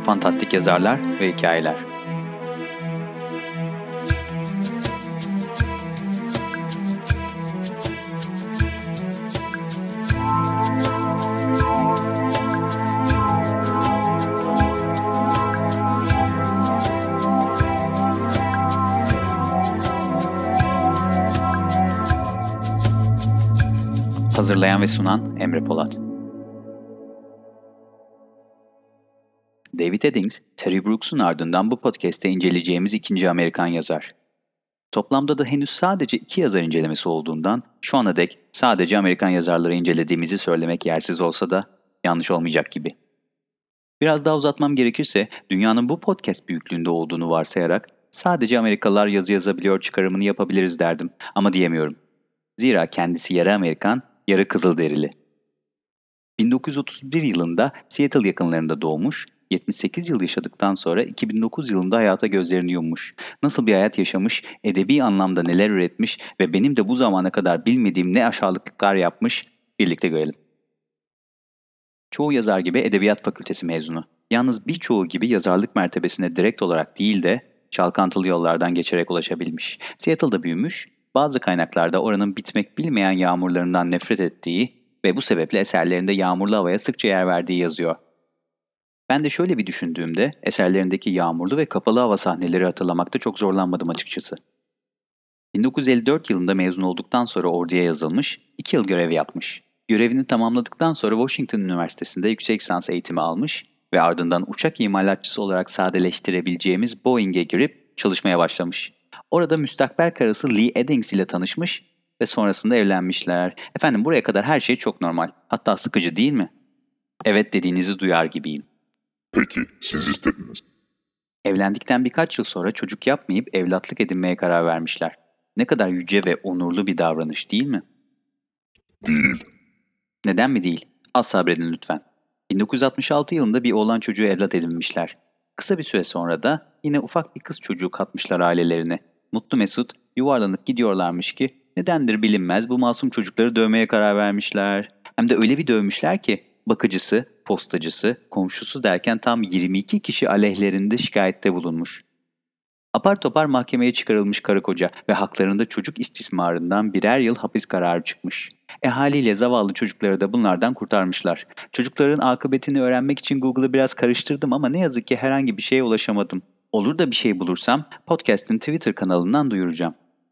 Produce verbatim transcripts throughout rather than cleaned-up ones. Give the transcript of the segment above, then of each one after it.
Fantastik yazarlar ve hikayeler. Hazırlayan ve sunan Emre Polat. David Eddings, Terry Brooks'un ardından bu podcast'te inceleyeceğimiz ikinci Amerikan yazar. Toplamda da henüz sadece iki yazar incelemesi olduğundan şu ana dek sadece Amerikan yazarları incelediğimizi söylemek yersiz olsa da yanlış olmayacak gibi. Biraz daha uzatmam gerekirse dünyanın bu podcast büyüklüğünde olduğunu varsayarak sadece Amerikalılar yazı yazabiliyor çıkarımını yapabiliriz derdim ama diyemiyorum. Zira kendisi yarı Amerikan, yarı Kızılderili. bin dokuz yüz otuz bir yılında Seattle yakınlarında doğmuş, yetmiş sekiz yıl yaşadıktan sonra iki bin dokuz yılında hayata gözlerini yummuş. Nasıl bir hayat yaşamış, edebi anlamda neler üretmiş ve benim de bu zamana kadar bilmediğim ne aşağılıklar yapmış, birlikte görelim. Çoğu yazar gibi Edebiyat Fakültesi mezunu. Yalnız birçoğu gibi yazarlık mertebesine direkt olarak değil de çalkantılı yollardan geçerek ulaşabilmiş. Seattle'da büyümüş, bazı kaynaklarda oranın bitmek bilmeyen yağmurlarından nefret ettiği ve bu sebeple eserlerinde yağmurlu havaya sıkça yer verdiği yazıyor. Ben de şöyle bir düşündüğümde eserlerindeki yağmurlu ve kapalı hava sahneleri hatırlamakta çok zorlanmadım açıkçası. bin dokuz yüz elli dört yılında mezun olduktan sonra orduya yazılmış, iki yıl görev yapmış. Görevini tamamladıktan sonra Washington Üniversitesi'nde yüksek lisans eğitimi almış ve ardından uçak imalatçısı olarak sadeleştirebileceğimiz Boeing'e girip çalışmaya başlamış. Orada müstakbel karısı Lee Eddings ile tanışmış ve sonrasında evlenmişler. Efendim buraya kadar her şey çok normal. Hatta sıkıcı değil mi? Evet dediğinizi duyar gibiyim. Peki, siz istediniz. Evlendikten birkaç yıl sonra çocuk yapmayıp evlatlık edinmeye karar vermişler. Ne kadar yüce ve onurlu bir davranış değil mi? Değil. Neden mi değil? Az sabredin lütfen. bin dokuz yüz altmış altı yılında bir oğlan çocuğu evlat edinmişler. Kısa bir süre sonra da yine ufak bir kız çocuğu katmışlar ailelerine. Mutlu mesut yuvarlanıp gidiyorlarmış ki nedendir bilinmez bu masum çocukları dövmeye karar vermişler. Hem de öyle bir dövmüşler ki bakıcısı, postacısı, komşusu derken tam yirmi iki kişi aleyhlerinde şikayette bulunmuş. Apar topar mahkemeye çıkarılmış karı koca ve haklarında çocuk istismarından birer yıl hapis kararı çıkmış. E haliyle zavallı çocukları da bunlardan kurtarmışlar. Çocukların akıbetini öğrenmek için Google'ı biraz karıştırdım ama ne yazık ki herhangi bir şeye ulaşamadım. Olur da bir şey bulursam podcast'ın Twitter kanalından duyuracağım.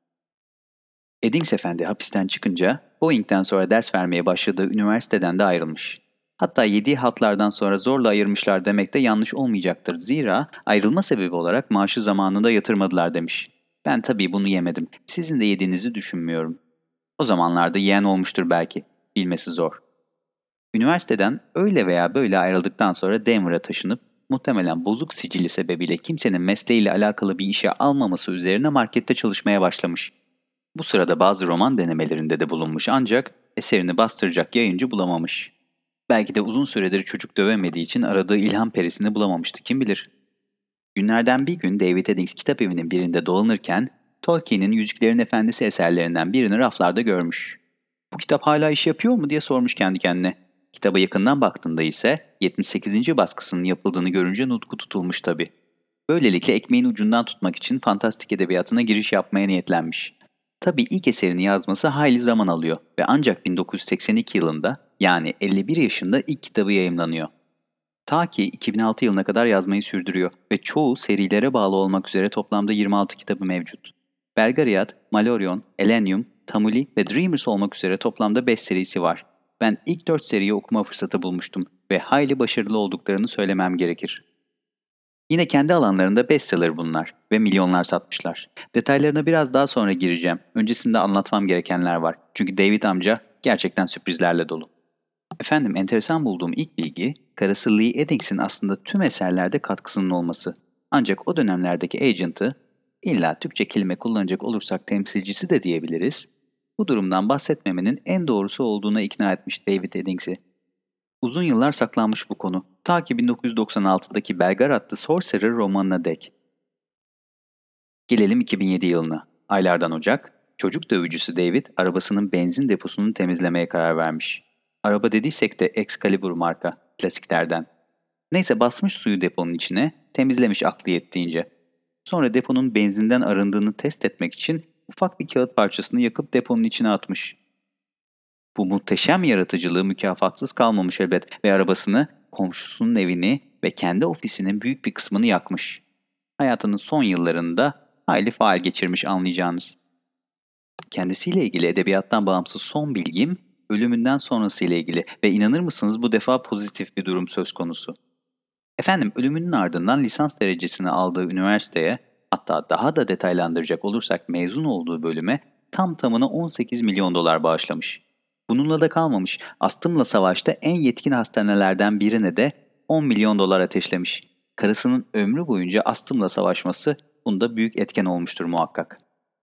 Eddings Efendi hapisten çıkınca Boeing'den sonra ders vermeye başladığı üniversiteden de ayrılmış. Hatta yediği haltlardan sonra zorla ayırmışlar demek de yanlış olmayacaktır. Zira ayrılma sebebi olarak maaşı zamanında yatırmadılar demiş. Ben tabii bunu yemedim. Sizin de yediğinizi düşünmüyorum. O zamanlarda yiyen olmuştur belki. Bilmesi zor. Üniversiteden öyle veya böyle ayrıldıktan sonra Denver'a taşınıp muhtemelen bozuk sicili sebebiyle kimsenin mesleğiyle alakalı bir işe almaması üzerine markette çalışmaya başlamış. Bu sırada bazı roman denemelerinde de bulunmuş ancak eserini bastıracak yayıncı bulamamış. Belki de uzun süredir çocuk dövemediği için aradığı ilham perisini bulamamıştı, kim bilir. Günlerden bir gün David Eddings kitap evinin birinde dolanırken Tolkien'in Yüzüklerin Efendisi eserlerinden birini raflarda görmüş. Bu kitap hala iş yapıyor mu diye sormuş kendi kendine. Kitaba yakından baktığında ise yetmiş sekizinci baskısının yapıldığını görünce nutku tutulmuş tabii. Böylelikle ekmeğin ucundan tutmak için fantastik edebiyatına giriş yapmaya niyetlenmiş. Tabii ilk eserini yazması hayli zaman alıyor ve ancak bin dokuz yüz seksen iki yılında yani elli bir yaşında ilk kitabı yayımlanıyor. Ta ki iki bin altı yılına kadar yazmayı sürdürüyor ve çoğu serilere bağlı olmak üzere toplamda yirmi altı kitabı mevcut. Belgariad, Malorion, Elenium, Tamuli ve Dreamers olmak üzere toplamda beş serisi var. Ben ilk dört seriyi okuma fırsatı bulmuştum ve hayli başarılı olduklarını söylemem gerekir. Yine kendi alanlarında bestseller bunlar ve milyonlar satmışlar. Detaylarına biraz daha sonra gireceğim. Öncesinde anlatmam gerekenler var. Çünkü David amca gerçekten sürprizlerle dolu. Efendim enteresan bulduğum ilk bilgi, karısı Lee Eddings'in aslında tüm eserlerde katkısının olması. Ancak o dönemlerdeki agent'ı, illa Türkçe kelime kullanacak olursak temsilcisi de diyebiliriz, bu durumdan bahsetmemenin en doğrusu olduğuna ikna etmiş David Eddings'i. Uzun yıllar saklanmış bu konu. Ta ki bin dokuz yüz doksan altıdaki Belgariad The Sorcerer romanına dek. Gelelim iki bin yedi yılına. Aylardan Ocak, çocuk dövücüsü David arabasının benzin deposunu temizlemeye karar vermiş. Araba dediysek de Excalibur marka, klasiklerden. Neyse basmış suyu deponun içine, temizlemiş aklı yettiğince. Sonra deponun benzinden arındığını test etmek için ufak bir kağıt parçasını yakıp deponun içine atmış. Bu muhteşem yaratıcılığı mükafatsız kalmamış elbet ve arabasını, komşusunun evini ve kendi ofisinin büyük bir kısmını yakmış. Hayatının son yıllarında hayli faal geçirmiş anlayacağınız. Kendisiyle ilgili edebiyattan bağımsız son bilgim, ölümünden sonrasıyla ilgili ve inanır mısınız bu defa pozitif bir durum söz konusu. Efendim ölümünün ardından lisans derecesini aldığı üniversiteye, hatta daha da detaylandıracak olursak mezun olduğu bölüme tam tamına on sekiz milyon dolar bağışlamış. Bununla da kalmamış, astımla savaşta en yetkin hastanelerden birine de on milyon dolar ateşlemiş. Karısının ömrü boyunca astımla savaşması bunda büyük etken olmuştur muhakkak.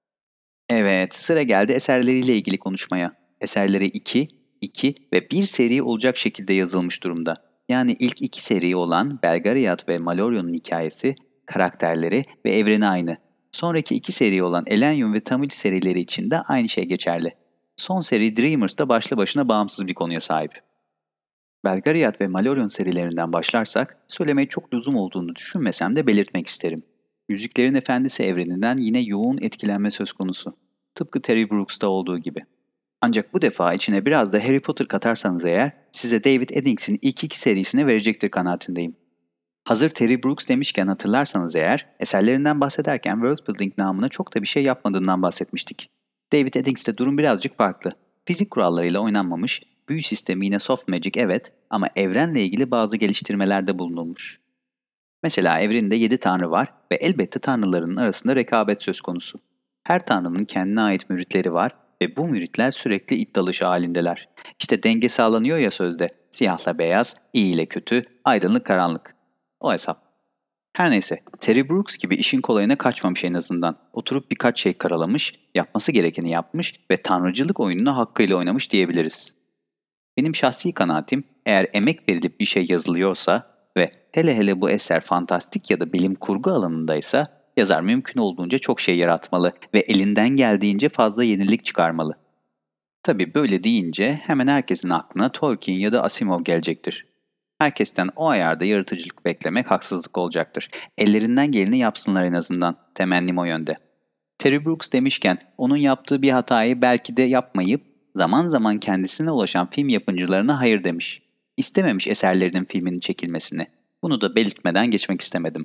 Evet, sıra geldi eserleriyle ilgili konuşmaya. Eserleri iki, iki ve bir seri olacak şekilde yazılmış durumda. Yani ilk iki seri olan Belgariad ve Malorion'un hikayesi, karakterleri ve evreni aynı. Sonraki iki seri olan Elenium ve Tamil serileri için de aynı şey geçerli. Son seri Dreamers da başlı başına bağımsız bir konuya sahip. Belgariad ve Malorion serilerinden başlarsak, söylemeye çok lüzum olduğunu düşünmesem de belirtmek isterim. Yüzüklerin Efendisi evreninden yine yoğun etkilenme söz konusu. Tıpkı Terry Brooks'ta olduğu gibi. Ancak bu defa içine biraz da Harry Potter katarsanız eğer, size David Eddings'in ilk iki serisini verecektir kanaatindeyim. Hazır Terry Brooks demişken hatırlarsanız eğer, eserlerinden bahsederken worldbuilding namına çok da bir şey yapmadığından bahsetmiştik. David Eddings'te durum birazcık farklı. Fizik kurallarıyla oynanmamış, büyü sistemi yine soft magic evet ama evrenle ilgili bazı geliştirmelerde bulunulmuş. Mesela evrende yedi tanrı var ve elbette tanrıların arasında rekabet söz konusu. Her tanrının kendine ait müritleri var ve bu müritler sürekli iddialışı halindeler. İşte denge sağlanıyor ya sözde, siyahla beyaz, iyi ile kötü, aydınlık karanlık. O hesap. Her neyse, Terry Brooks gibi işin kolayına kaçmamış en azından. Oturup birkaç şey karalamış, yapması gerekeni yapmış ve tanrıcılık oyununu hakkıyla oynamış diyebiliriz. Benim şahsi kanaatim, eğer emek verilip bir şey yazılıyorsa ve hele hele bu eser fantastik ya da bilim kurgu alanındaysa, yazar mümkün olduğunca çok şey yaratmalı ve elinden geldiğince fazla yenilik çıkarmalı. Tabii böyle deyince hemen herkesin aklına Tolkien ya da Asimov gelecektir. Herkesten o ayarda yaratıcılık beklemek haksızlık olacaktır. Ellerinden geleni yapsınlar en azından, temennim o yönde. Terry Brooks demişken onun yaptığı bir hatayı belki de yapmayıp zaman zaman kendisine ulaşan film yapımcılarına hayır demiş. İstememiş eserlerinin filminin çekilmesini. Bunu da belirtmeden geçmek istemedim.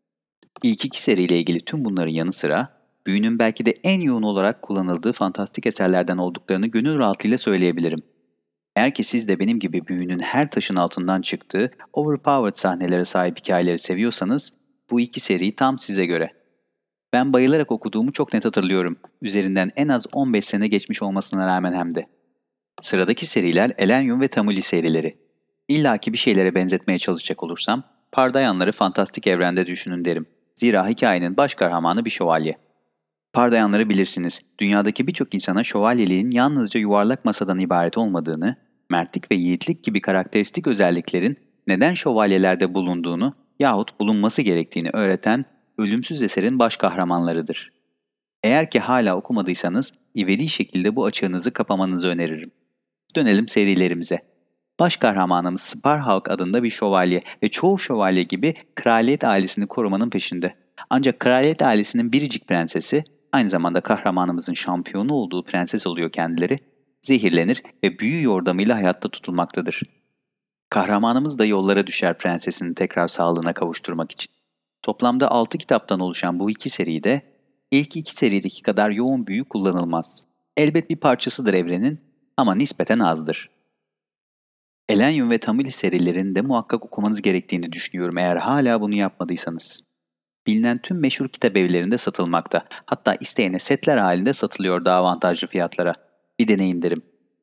İlk iki seriyle ilgili tüm bunların yanı sıra büyünün belki de en yoğun olarak kullanıldığı fantastik eserlerden olduklarını gönül rahatlığıyla söyleyebilirim. Eğer ki siz de benim gibi büyünün her taşın altından çıktığı overpowered sahnelere sahip hikayeleri seviyorsanız bu iki seri tam size göre. Ben bayılarak okuduğumu çok net hatırlıyorum. Üzerinden en az on beş sene geçmiş olmasına rağmen hem de. Sıradaki seriler Elenium ve Tamuli serileri. İlla ki bir şeylere benzetmeye çalışacak olursam, Pardayanları fantastik evrende düşünün derim. Zira hikayenin baş kahramanı bir şövalye. Pardayanları bilirsiniz. Dünyadaki birçok insana şövalyeliğin yalnızca yuvarlak masadan ibaret olmadığını, mertlik ve yiğitlik gibi karakteristik özelliklerin neden şövalyelerde bulunduğunu yahut bulunması gerektiğini öğreten ölümsüz eserin baş kahramanlarıdır. Eğer ki hala okumadıysanız, ivedi şekilde bu açığınızı kapamanızı öneririm. Dönelim serilerimize. Baş kahramanımız Sparhawk adında bir şövalye ve çoğu şövalye gibi kraliyet ailesini korumanın peşinde. Ancak kraliyet ailesinin biricik prensesi, aynı zamanda kahramanımızın şampiyonu olduğu prenses oluyor kendileri, zehirlenir ve büyü yordamıyla hayatta tutulmaktadır. Kahramanımız da yollara düşer prensesini tekrar sağlığına kavuşturmak için. Toplamda altı kitaptan oluşan bu iki seride, ilk iki serideki kadar yoğun büyü kullanılmaz. Elbet bir parçasıdır evrenin ama nispeten azdır. Elenium ve Tamil serilerini de muhakkak okumanız gerektiğini düşünüyorum eğer hala bunu yapmadıysanız. Bilinen tüm meşhur kitap evlerinde satılmakta. Hatta isteyene setler halinde satılıyor daha avantajlı fiyatlara. Bir deneyin derim.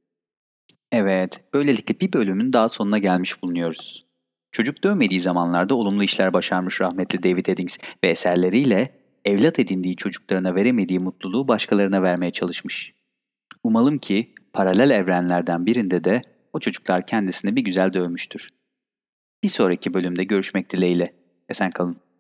Evet, böylelikle bir bölümün daha sonuna gelmiş bulunuyoruz. Çocuk dövmediği zamanlarda olumlu işler başarmış rahmetli David Eddings ve eserleriyle evlat edindiği çocuklarına veremediği mutluluğu başkalarına vermeye çalışmış. Umalım ki paralel evrenlerden birinde de o çocuklar kendisini bir güzel dövmüştür. Bir sonraki bölümde görüşmek dileğiyle. Esen kalın.